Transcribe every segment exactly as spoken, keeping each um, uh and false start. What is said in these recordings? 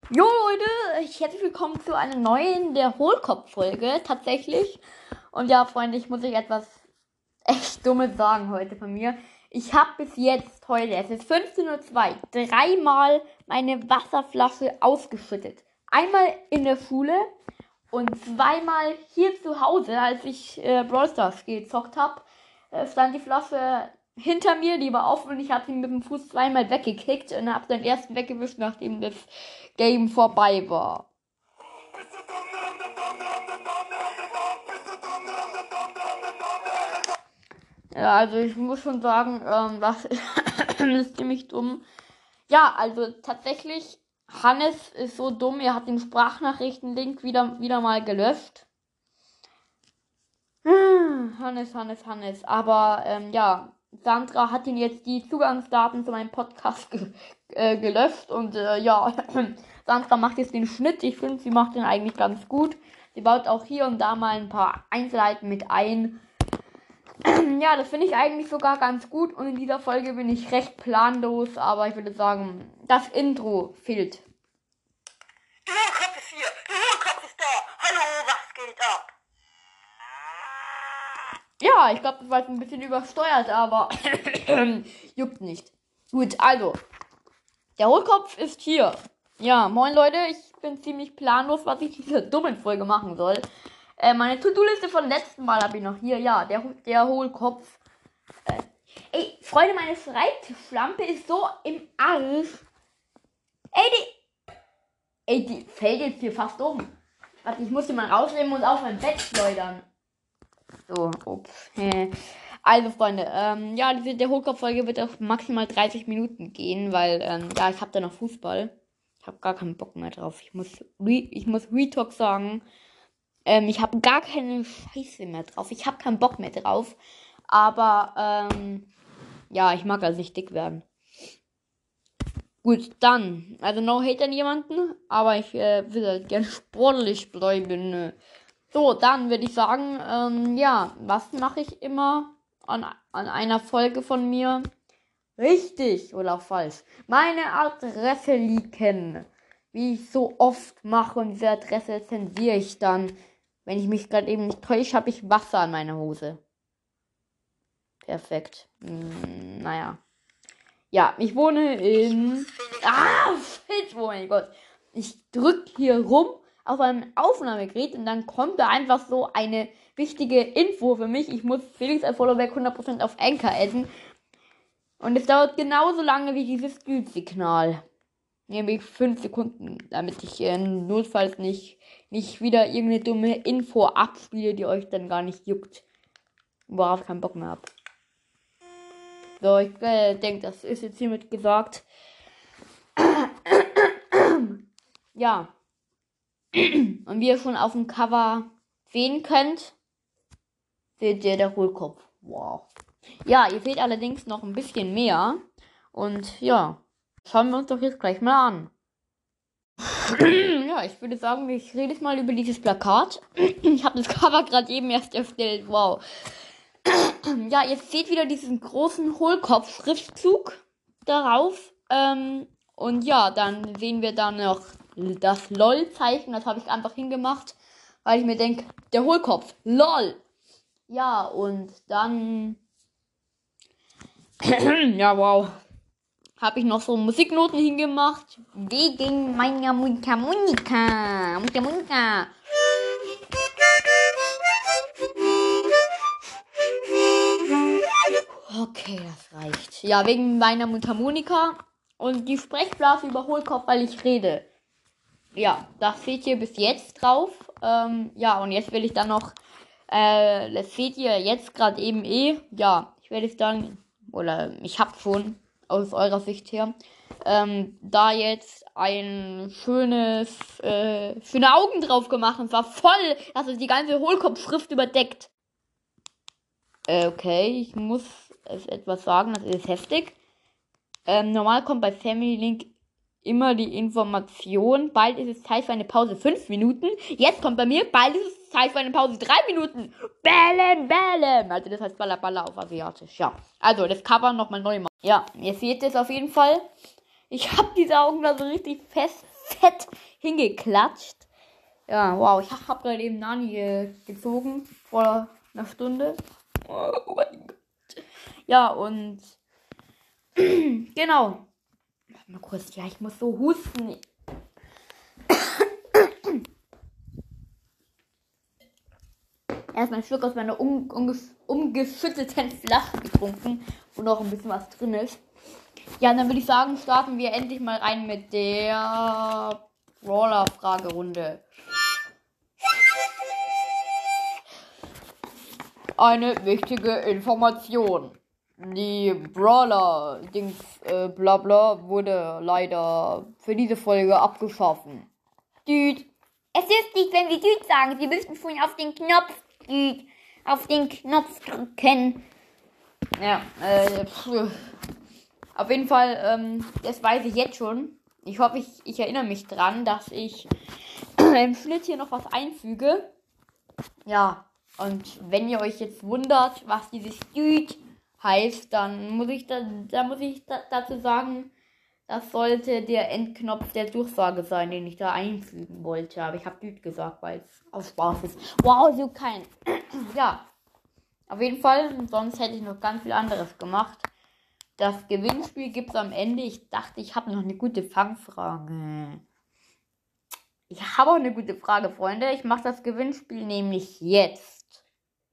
Jo Leute, herzlich willkommen zu einer neuen der Hohlkopf-Folge tatsächlich. Und ja, Freunde, ich muss euch etwas echt Dummes sagen heute von mir. Ich habe bis jetzt heute, es ist fünfzehn Uhr zwei, dreimal meine Wasserflasche ausgeschüttet. Einmal in der Schule und zweimal hier zu Hause, als ich äh, Brawl Stars gezockt habe, äh, stand die Flasche hinter mir, die war offen und ich habe sie mit dem Fuß zweimal weggekickt und habe den ersten weggewischt, nachdem das Game vorbei war. Ja, also ich muss schon sagen, ähm, das ist ziemlich dumm. Ja, also tatsächlich, Hannes ist so dumm, er hat den Sprachnachrichtenlink wieder, wieder mal gelöscht. Hm, Hannes, Hannes, Hannes. Aber ähm, ja, Sandra hat ihn jetzt die Zugangsdaten zu meinem Podcast ge äh, gelöscht und äh, ja, Sandra macht jetzt den Schnitt. Ich finde, sie macht den eigentlich ganz gut. Sie baut auch hier und da mal ein paar Einzelheiten mit ein. Ja, das finde ich eigentlich sogar ganz gut und in dieser Folge bin ich recht planlos, aber ich würde sagen, das Intro fehlt. Der Hohlkopf ist hier, der Hohlkopf ist da. Hallo, was geht ab? Ja, ich glaube, das war jetzt ein bisschen übersteuert, aber juckt nicht. Gut, also, der Hohlkopf ist hier. Ja, moin Leute, ich bin ziemlich planlos, was ich in dieser dummen Folge machen soll. Äh, meine To-Do-Liste von letzten Mal habe ich noch hier. Ja, der, der Hohlkopf. Äh, ey, Freunde, meine Schreibtischlampe ist so im Arsch. Ey, die... Ey, die fällt jetzt hier fast um. Warte, ich muss die mal rausnehmen und auf mein Bett schleudern. So, ups. Also, Freunde, ähm, ja, diese, der Hohlkopf-Folge wird auf maximal dreißig Minuten gehen, weil, ähm, ja, ich habe da noch Fußball. Ich habe gar keinen Bock mehr drauf. Ich muss, Re ich muss Retalk sagen. Ähm, ich habe gar keine Scheiße mehr drauf. Ich habe keinen Bock mehr drauf. Aber, ähm, ja, ich mag also nicht dick werden. Gut, dann, also no hate an jemanden, aber ich äh, will halt gerne sportlich bleiben. So, dann würde ich sagen, ähm, ja, was mache ich immer an, an einer Folge von mir? Richtig oder falsch? Meine Adresse leaken. Wie ich so oft mache und diese Adresse zensiere ich dann. Wenn ich mich gerade eben nicht täusche, habe ich Wasser an meiner Hose. Perfekt. Hm, naja. Ja, ich wohne in... Ah, shit, oh mein Gott. Ich drücke hier rum auf einem Aufnahmegerät und dann kommt da einfach so eine wichtige Info für mich. Ich muss Felix ein Followback hundert Prozent auf Anchor adden. Und es dauert genauso lange wie dieses Signal. Nämlich fünf Sekunden, damit ich äh, notfalls nicht, nicht wieder irgendeine dumme Info abspiele, die euch dann gar nicht juckt. Worauf ich keinen Bock mehr habe. So, ich äh, denke, das ist jetzt hiermit gesagt. Ja. Und wie ihr schon auf dem Cover sehen könnt, seht ihr der Hohlkopf. Wow. Ja, ihr seht allerdings noch ein bisschen mehr. Und ja, schauen wir uns doch jetzt gleich mal an. Ja, ich würde sagen, ich rede jetzt mal über dieses Plakat. Ich habe das Cover gerade eben erst erstellt. Wow. Ja, ihr seht wieder diesen großen Hohlkopf-Schriftzug darauf. Ähm, und ja, dann sehen wir da noch das LOL-Zeichen. Das habe ich einfach hingemacht, weil ich mir denke, der Hohlkopf, LOL. Ja, und dann... ja, wow. Habe ich noch so Musiknoten hingemacht. Wegen meiner Mundharmonika. Mundharmonika. Okay, das reicht. Ja, wegen meiner Mundharmonika und die Sprechblase über Hohlkopf, weil ich rede. Ja, das seht ihr bis jetzt drauf. Ähm, ja, und jetzt will ich dann noch, äh, das seht ihr jetzt gerade eben eh. Ja, ich werde es dann, oder ich habe schon aus eurer Sicht her, ähm, da jetzt ein schönes, äh, schöne Augen drauf gemacht. Und zwar voll, also die ganze Hohlkopfschrift überdeckt. Äh, okay, ich muss es etwas sagen, das ist heftig. Ähm, normal kommt bei Family Link immer die Information, bald ist es Zeit für eine Pause fünf Minuten. Jetzt kommt bei mir, bald ist es Zeit für eine Pause drei Minuten. Bällem, bällem. Also das heißt Balla Balla auf Asiatisch, ja. Also das Cover nochmal neu machen. Ja, ihr seht es auf jeden Fall. Ich habe diese Augen da so richtig fest, fett hingeklatscht. Ja, wow, ich habe gerade eben Nani äh, gezogen vor einer Stunde. Oh mein Gott. Ja, und genau. Warte mal kurz, ja, ich muss so husten. Erstmal einen Schluck aus meiner um, umges- umgeschütteten Flasche getrunken, wo noch ein bisschen was drin ist. Ja, dann würde ich sagen, starten wir endlich mal rein mit der Brawler-Fragerunde. Eine wichtige Information. Die Brawler-Dings, äh, Blabla, wurde leider für diese Folge abgeschaffen. Düt. Es ist nicht, wenn wir Düt sagen. Sie müssten schon auf den Knopf, Düt, auf den Knopf drücken. Ja, äh, pff. Auf jeden Fall, ähm, das weiß ich jetzt schon. Ich hoffe, ich, ich erinnere mich dran, dass ich im Schnitt hier noch was einfüge. Ja, und wenn ihr euch jetzt wundert, was dieses Düt heißt, dann muss ich, da, da muss ich da, dazu sagen, das sollte der Endknopf der Durchsage sein, den ich da einfügen wollte. Aber ich habe Düt gesagt, weil es aus Spaß ist. Wow, so kein. Ja, auf jeden Fall, sonst hätte ich noch ganz viel anderes gemacht. Das Gewinnspiel gibt es am Ende. Ich dachte, ich habe noch eine gute Fangfrage. Ich habe auch eine gute Frage, Freunde. Ich mache das Gewinnspiel nämlich jetzt.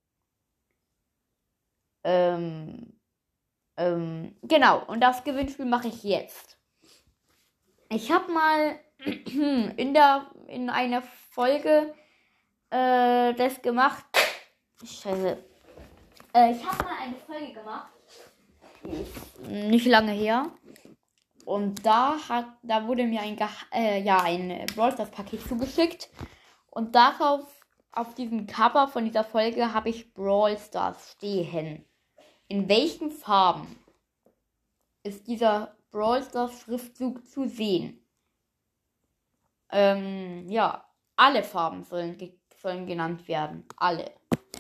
Ähm, ähm, genau, und das Gewinnspiel mache ich jetzt. Ich habe mal in der in einer Folge äh, das gemacht. Scheiße. Äh, ich habe mal eine Folge gemacht. Nicht lange her. Und da hat, da wurde mir ein, äh, ja, ein Brawl Stars Paket zugeschickt. Und darauf, auf diesem Cover von dieser Folge, habe ich Brawl Stars stehen. In welchen Farben ist dieser Brawl Stars Schriftzug zu sehen? Ähm, ja, alle Farben sollen, ge- sollen genannt werden. Alle.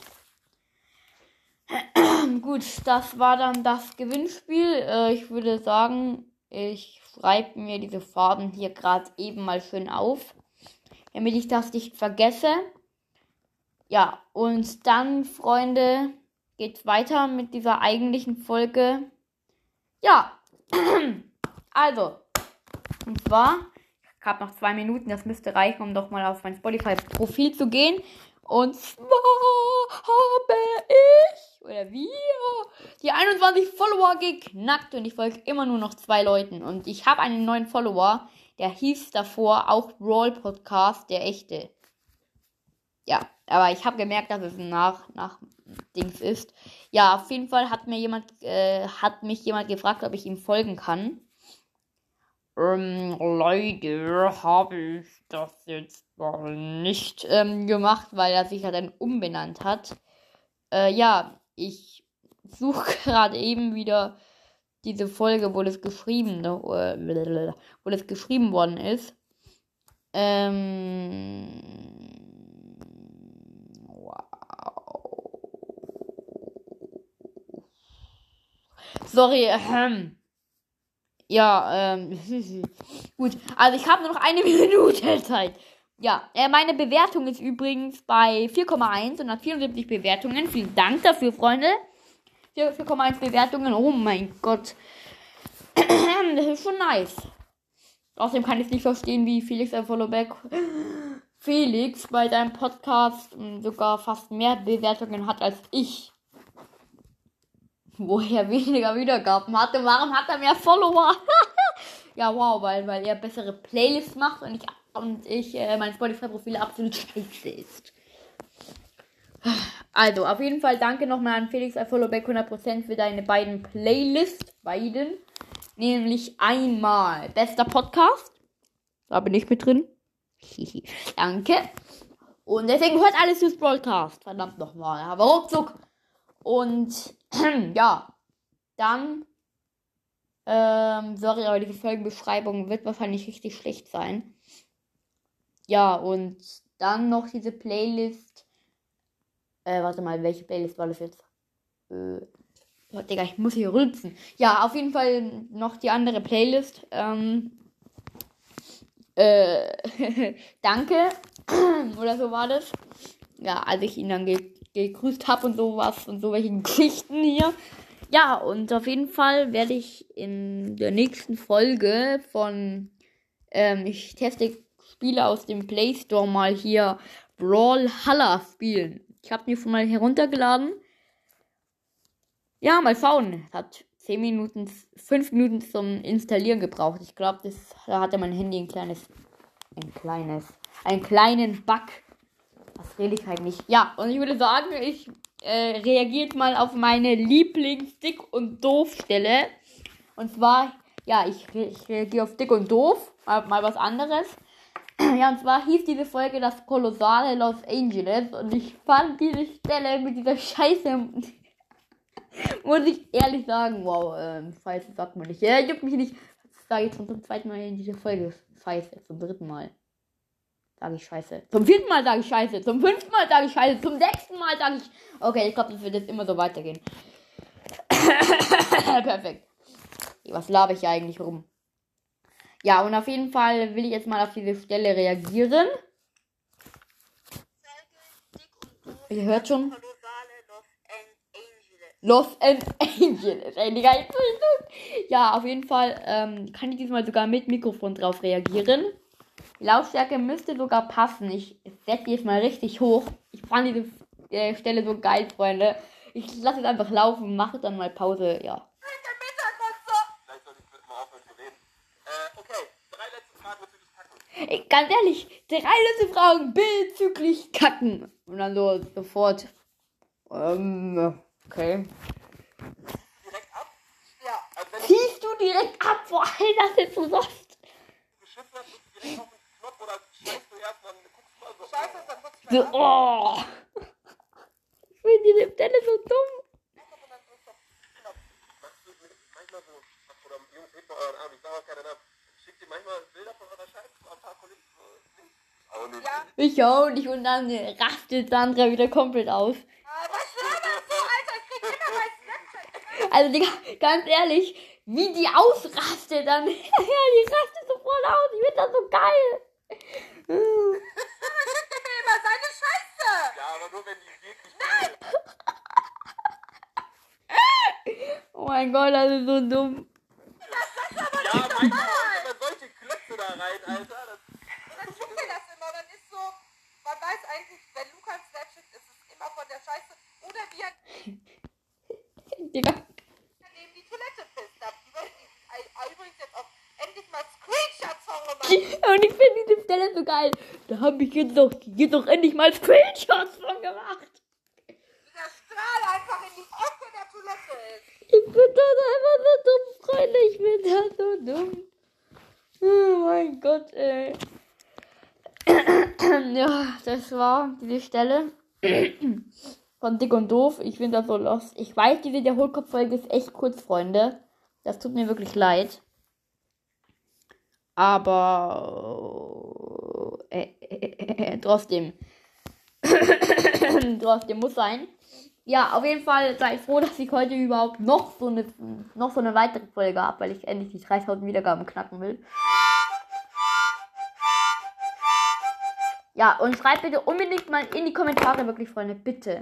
Gut, das war dann das Gewinnspiel. Äh, ich würde sagen, ich schreibe mir diese Farben hier gerade eben mal schön auf, damit ich das nicht vergesse. Ja, und dann, Freunde, geht's weiter mit dieser eigentlichen Folge. Ja, also, und zwar, ich habe noch zwei Minuten, das müsste reichen, um doch mal auf mein Spotify-Profil zu gehen. Und zwar habe ich, oder wir, die einundzwanzig Follower geknackt und ich folge immer nur noch zwei Leuten. Und ich habe einen neuen Follower, der hieß davor auch Brawl Podcast, der echte. Ja, aber ich habe gemerkt, dass es ein nach, nach Dings ist. Ja, auf jeden Fall hat mir jemand, äh, hat mich jemand gefragt, ob ich ihm folgen kann. Ähm, leider habe ich das jetzt mal nicht ähm, gemacht, weil er sich ja dann umbenannt hat. Äh, ja, ich suche gerade eben wieder diese Folge, wo das geschrieben, äh, wo das geschrieben worden ist. Ähm, wow. Sorry, ähm. Ja, ähm, gut. Also ich habe nur noch eine Minute Zeit. Ja, äh, meine Bewertung ist übrigens bei vier Komma eins und hat vierundsiebzig Bewertungen. Vielen Dank dafür, Freunde. vier Komma eins Bewertungen. Oh mein Gott. Das ist schon nice. Außerdem kann ich nicht verstehen, wie Felix ein Followback Felix bei seinem Podcast sogar fast mehr Bewertungen hat als ich. Wo er weniger Wiedergaben hatte. Warum hat er mehr Follower? Ja, wow, weil, weil er bessere Playlists macht und ich, und ich äh, mein Spotify-Profil absolut scheiße ist. Also, auf jeden Fall danke nochmal an Felix Followback hundert Prozent für deine beiden Playlists. Beiden. Nämlich einmal bester Podcast. Da bin ich mit drin. Danke. Und deswegen hört alles fürs Broadcast. Verdammt nochmal. Aber ruckzuck. Und ja, dann, ähm, sorry, aber diese Folgenbeschreibung wird wahrscheinlich richtig schlecht sein. Ja, und dann noch diese Playlist. Äh, warte mal, welche Playlist war das jetzt? Äh, oh, Digga, ich muss hier rülpsen. Ja, auf jeden Fall noch die andere Playlist. Ähm, äh, danke. Oder so war das. Ja, als ich ihn dann ge gegrüßt habe und sowas und so welche Geschichten hier. Ja, und auf jeden Fall werde ich in der nächsten Folge von, ähm, ich teste Spiele aus dem Play Store mal hier Brawlhalla spielen. Ich habe mir schon mal heruntergeladen. Ja, mal schauen. Hat zehn Minuten, fünf Minuten zum Installieren gebraucht. Ich glaube, das da hatte mein Handy ein kleines, ein kleines, einen kleinen Bug. Was rede ich eigentlich? Ja, und ich würde sagen, ich äh, reagiert mal auf meine Lieblings-Dick- und Doof-Stelle. Und zwar, ja, ich, re ich reagiere auf Dick und Doof. Mal, mal was anderes. Ja, und zwar hieß diese Folge das kolossale Los Angeles. Und ich fand diese Stelle mit dieser Scheiße, muss ich ehrlich sagen, wow, ähm, Scheiße sagt man nicht. Ja, juckt mich nicht. Das sage ich schon zum zweiten Mal in dieser Folge. Scheiße, zum dritten Mal. Sage ich Scheiße. Zum vierten Mal sage ich Scheiße. Zum fünften Mal sage ich Scheiße. Zum sechsten Mal sage ich... Okay, ich glaube, das wird jetzt immer so weitergehen. Perfekt. Was laber ich eigentlich rum? Ja, und auf jeden Fall will ich jetzt mal auf diese Stelle reagieren. Ihr hört schon. Los Angeles. Ey, Digga, ich ja, auf jeden Fall ähm, kann ich diesmal sogar mit Mikrofon drauf reagieren. Die Lautstärke müsste sogar passen. Ich setze die jetzt mal richtig hoch. Ich fand diese äh, Stelle so geil, Freunde. Ich lasse es einfach laufen, mache dann mal Pause, ja. Vielleicht soll ich mal aufhören zu reden. Äh, okay. Drei letzte Fragen bezüglich Kacken. Ey, ganz ehrlich, drei letzte Fragen bezüglich Kacken. Und dann so sofort. Ähm, okay. Direkt ab? Ja. Also wenn Ziehst du direkt ab? Boah, Alter, das ist so soft. du geschissen hast, drückst du direkt auf den Knopf oder scheißt du erst, dann guckst du mal so. Scheiße, dann guckst du So, mal oh. Ich finde diese Stelle so dumm. Machst du manchmal so, oder Jungs, hebt mal euren Arm, ich sage auch keine Namen. Schickt ihr manchmal Bilder von eurer Scheiße zu ein paar Kollegen? Auch nicht. Ja. Ich auch nicht. Und dann äh, rastet Sandra wieder komplett aus. Was laberst du, Alter? Ich krieg immer mein Snapchat. Also, Digga, ganz ehrlich, wie die ausrastet dann. Ja, die rastet so voll aus. Ich finde das so geil. Schickt er mir immer seine Scheiße. Ja, aber nur wenn die wirklich... Nein! Oh mein Gott, das ist so dumm. Ja, mein Gott, aber solche Klötze da rein, Alter. Das dann schickt er das immer. Dann ist so, man weiß eigentlich, wenn Lukas Snapchat ist, ist es immer von der Scheiße. Oder wie er Digga. neben die Toilette pisst. Da die übrigens jetzt auch endlich mal Screenshots von gemacht. Und ich finde diese Stelle so geil. Da habe ich jetzt doch, jetzt doch endlich mal Screenshots von gemacht. Dieser Strahl einfach in die Ecke der Toilette ist. Ich bin das einfach so dumm, Freunde. Ich bin das so dumm. Oh mein Gott, ey. Ja, das war diese Stelle von Dick und Doof. Ich finde das so lost. Ich weiß, diese Wiederholkopffolge ist echt kurz, Freunde. Das tut mir wirklich leid. Aber äh, äh, äh, trotzdem. Trotzdem muss sein. Ja, auf jeden Fall sei ich froh, dass ich heute überhaupt noch so eine, noch so eine weitere Folge habe, weil ich endlich die dreitausend Wiedergaben knacken will. Ja, und schreibt bitte unbedingt mal in die Kommentare, wirklich, Freunde, bitte.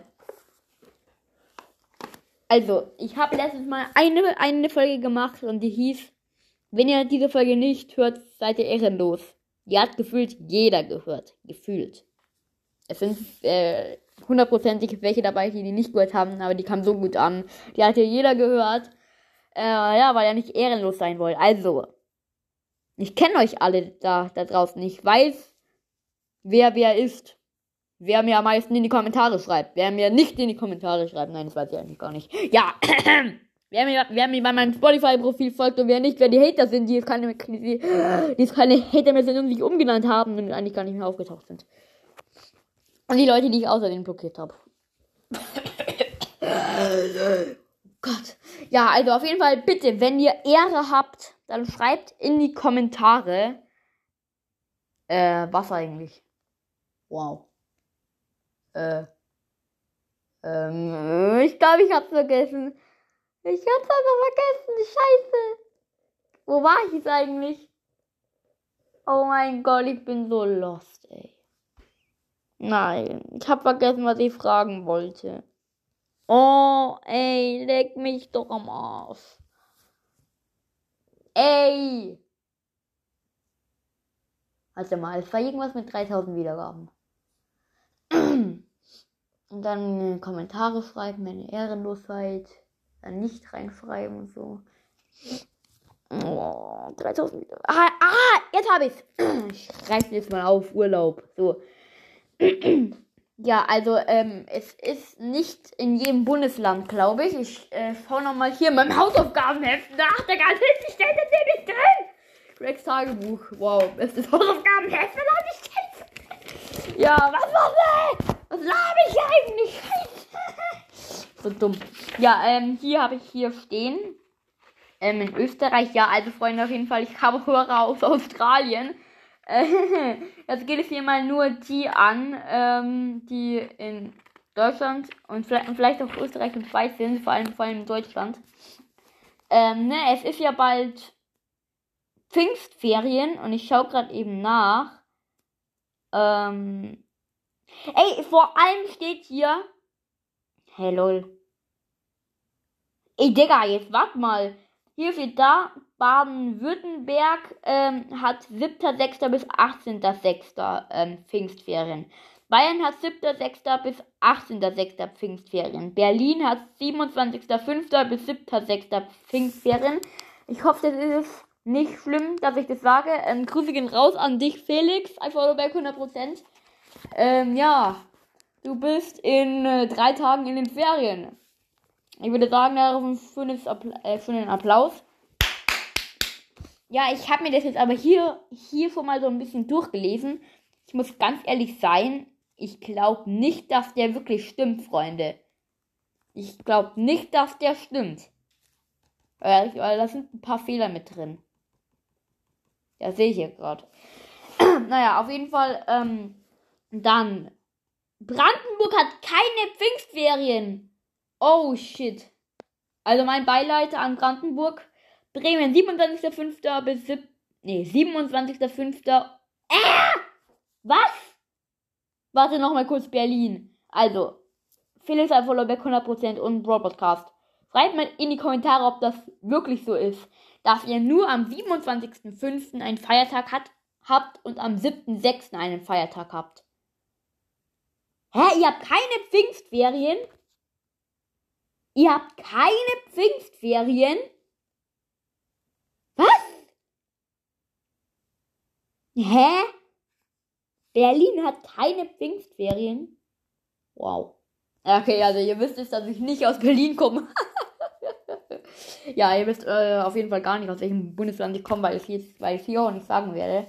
Also, ich habe letztes Mal eine, eine Folge gemacht und die hieß, wenn ihr diese Folge nicht hört, seid ihr ehrenlos. Die hat gefühlt jeder gehört. Gefühlt. Es sind äh, hundertprozentig welche dabei, die die nicht gehört haben, aber die kam so gut an. Die hat ja jeder gehört. Äh, ja, weil er nicht ehrenlos sein wollte. Also, ich kenne euch alle da, da draußen. Ich weiß, wer wer ist. Wer mir am meisten in die Kommentare schreibt. Wer mir nicht in die Kommentare schreibt. Nein, das weiß ich eigentlich gar nicht. Ja, wer mir, wer mir bei meinem Spotify-Profil folgt und wer nicht, wer die Hater sind, die jetzt keine, die, die jetzt keine Hater mehr sind und sich umgenannt haben und eigentlich gar nicht mehr aufgetaucht sind. Und die Leute, die ich außerdem blockiert habe. Gott. Ja, also auf jeden Fall bitte, wenn ihr Ehre habt, dann schreibt in die Kommentare. Äh, was eigentlich? Wow. Äh. Ähm, ich glaube, ich hab's vergessen. Ich hab's einfach vergessen. Scheiße. Wo war ich jetzt eigentlich? Oh mein Gott, ich bin so lost, ey. Nein, ich habe vergessen, was ich fragen wollte. Oh, ey, leg mich doch am Arsch. Ey. Warte mal, es war irgendwas mit dreitausend Wiedergaben. Und dann Kommentare schreiben, wenn ihr ehrenlos seid. Dann nicht reinschreiben und so. Oh, dreitausend Wiedergaben. Ah, ah, jetzt habe ich's. Ich schreibe jetzt mal auf, Urlaub. So. Ja, also ähm, es ist nicht in jedem Bundesland, glaube ich. Ich äh, schaue nochmal hier in meinem Hausaufgabenheft nach. Da ganz hinten steht das nämlich drin. Rex Tagebuch. Wow, bestes Hausaufgabenheft. Was hab ich jetzt? Ja, was war das? Was laber ich eigentlich? So dumm. Ja, ähm, hier habe ich hier stehen. Ähm, in Österreich, ja, also Freunde, auf jeden Fall, ich habe Hörer aus Australien. Jetzt geht es hier mal nur die an, ähm, die in Deutschland und vielleicht, und vielleicht auch Österreich und Schweiz sind, vor allem, vor allem in Deutschland. Ähm, ne, es ist ja bald Pfingstferien und ich schaue gerade eben nach. Ähm, ey, vor allem steht hier. Hey, lol. Ey, Digga, jetzt warte mal. Hier steht da, Baden-Württemberg ähm, hat siebter sechster bis achtzehnter sechster Ähm, Pfingstferien. Bayern hat siebter sechster bis achtzehnter sechster Pfingstferien. Berlin hat siebenundzwanzigster fünfter bis siebter sechster Pfingstferien. Ich hoffe, das ist nicht schlimm, dass ich das sage. Ähm, Grüße gehen raus an dich, Felix. Einfach bei hundert Prozent. Ähm, ja, du bist in äh, drei Tagen in den Ferien. Ich würde sagen, darauf ein schönes Appla- äh, schönen Applaus. Ja, ich habe mir das jetzt aber hier, hier schon mal so ein bisschen durchgelesen. Ich muss ganz ehrlich sein, ich glaube nicht, dass der wirklich stimmt, Freunde. Ich glaube nicht, dass der stimmt. Weil, weil da sind ein paar Fehler mit drin. Ja, sehe ich hier gerade. Naja, auf jeden Fall, ähm, dann. Brandenburg hat keine Pfingstferien. Oh, shit. Also mein Beileid an Brandenburg. Bremen, siebenundzwanzigster fünfter bis sieb- nee, siebenundzwanzigster fünfter Äh! Was? Warte noch mal kurz, Berlin. Also, Felix Alfollerbeck hundert Prozent und Brawl Podcast. Schreibt mal in die Kommentare, ob das wirklich so ist, dass ihr nur am siebenundzwanzigster fünfter einen Feiertag hat, habt und am siebter sechster einen Feiertag habt. Hä? Ihr habt keine Pfingstferien? Ihr habt keine Pfingstferien? Was? Hä? Berlin hat keine Pfingstferien? Wow. Okay, also ihr wisst es, dass ich nicht aus Berlin komme. Ja, ihr wisst äh, auf jeden Fall gar nicht, aus welchem Bundesland ich komme, weil ich jetzt, weil ich hier auch nicht sagen werde.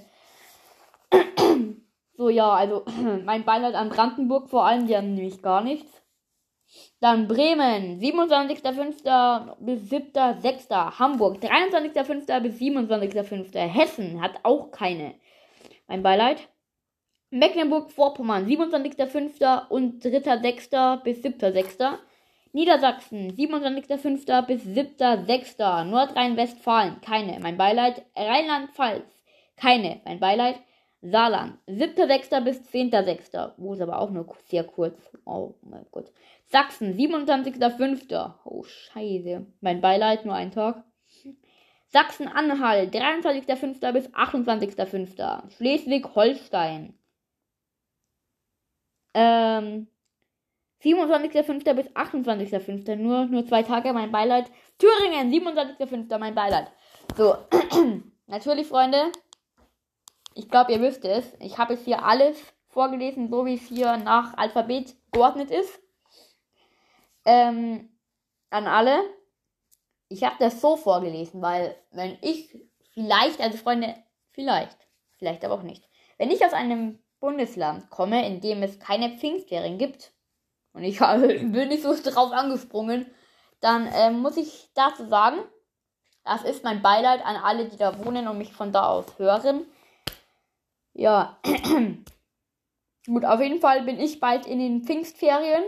So, ja, also mein Beileid an Brandenburg vor allem, die haben nämlich gar nichts. Dann Bremen, siebenundzwanzigster fünfter bis siebter sechster Hamburg, dreiundzwanzigster fünfter bis siebenundzwanzigster fünfter Hessen hat auch keine. Mein Beileid. Mecklenburg-Vorpommern, siebenundzwanzigster fünfter und dritter sechster bis siebter sechster Niedersachsen, siebenundzwanzigster fünfter bis siebter sechster Nordrhein-Westfalen, keine. Mein Beileid. Rheinland-Pfalz, keine. Mein Beileid. Saarland, siebter sechster bis zehnter sechster Wo ist aber auch nur sehr kurz. Oh mein Gott. Sachsen, siebenundzwanzigster fünfter Oh, scheiße. Mein Beileid, nur ein Tag. Sachsen-Anhalt, dreiundzwanzigster fünfter bis achtundzwanzigster fünfter Schleswig-Holstein. Ähm, siebenundzwanzigster fünfter bis achtundzwanzigster fünfter Nur, nur zwei Tage, mein Beileid. Thüringen, siebenundzwanzigster fünfter mein Beileid. So, natürlich, Freunde. Ich glaube, ihr wisst es. Ich habe es hier alles vorgelesen, so wie es hier nach Alphabet geordnet ist. Ähm, an alle. Ich habe das so vorgelesen, weil wenn ich vielleicht, also Freunde, vielleicht, vielleicht aber auch nicht, wenn ich aus einem Bundesland komme, in dem es keine Pfingstferien gibt, und ich bin nicht so drauf angesprungen, dann äh, muss ich dazu sagen, das ist mein Beileid an alle, die da wohnen und mich von da aus hören. Ja, gut, auf jeden Fall bin ich bald in den Pfingstferien.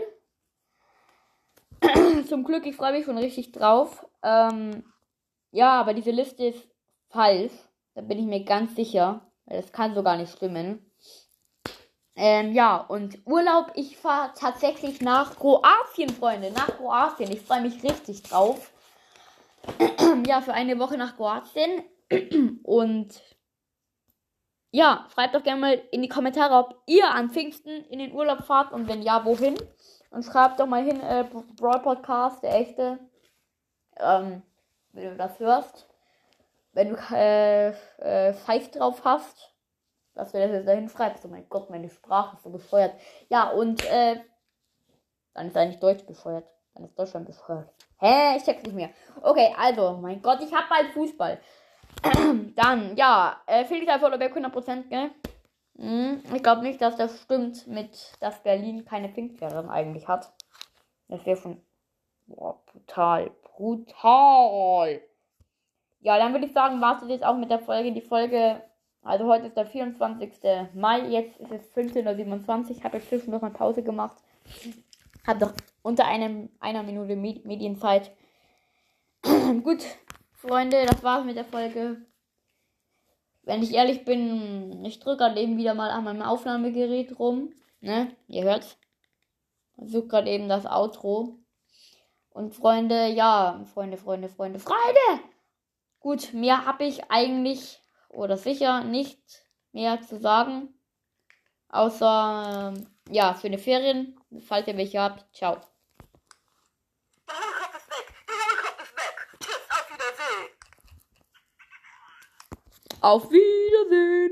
Zum Glück, ich freue mich schon richtig drauf. Ähm, ja, aber diese Liste ist falsch. Da bin ich mir ganz sicher. Das kann so gar nicht stimmen. Ähm, ja, und Urlaub, ich fahre tatsächlich nach Kroatien, Freunde. Nach Kroatien. Ich freue mich richtig drauf. Ja, für eine Woche nach Kroatien. Und ja, schreibt doch gerne mal in die Kommentare, ob ihr an Pfingsten in den Urlaub fahrt und wenn ja, wohin. Und schreibt doch mal hin, äh, Brawl Podcast, der echte. Ähm, wenn du das hörst. Wenn du äh, äh, Pfeif drauf hast, dass du das jetzt dahin schreibst. Oh mein Gott, meine Sprache ist so bescheuert. Ja, und äh, dann ist eigentlich Deutsch bescheuert. Dann ist Deutschland bescheuert. Hä? Ich check's nicht mehr. Okay, also, mein Gott, ich hab bald Fußball. Dann, ja, äh, Felix Vollerberg hundert Prozent, gell? Hm, ich glaube nicht, dass das stimmt mit, dass Berlin keine Pfingstferien eigentlich hat. Das wäre schon boah, brutal. Brutal. Ja, dann würde ich sagen, war es jetzt auch mit der Folge. Die Folge, also heute ist der vierundzwanzigster Mai, jetzt ist es fünfzehn Uhr siebenundzwanzig. Ich habe jetzt zwischendurch eine Pause gemacht. Habe doch unter einem, einer Minute Med- Medienzeit. Gut, Freunde, das war's mit der Folge. Wenn ich ehrlich bin, ich drücke gerade eben wieder mal an meinem Aufnahmegerät rum. Ne, ihr hört's. Ich suche gerade eben das Outro. Und Freunde, ja, Freunde, Freunde, Freunde, Freunde! Gut, mehr habe ich eigentlich oder sicher nicht mehr zu sagen. Außer, ähm, ja, für eine Ferien. Falls ihr welche habt. Ciao. Der Hohlkopf ist weg. Der Hohlkopf ist weg. Tschüss, auf Wiedersehen. Auf Wiedersehen.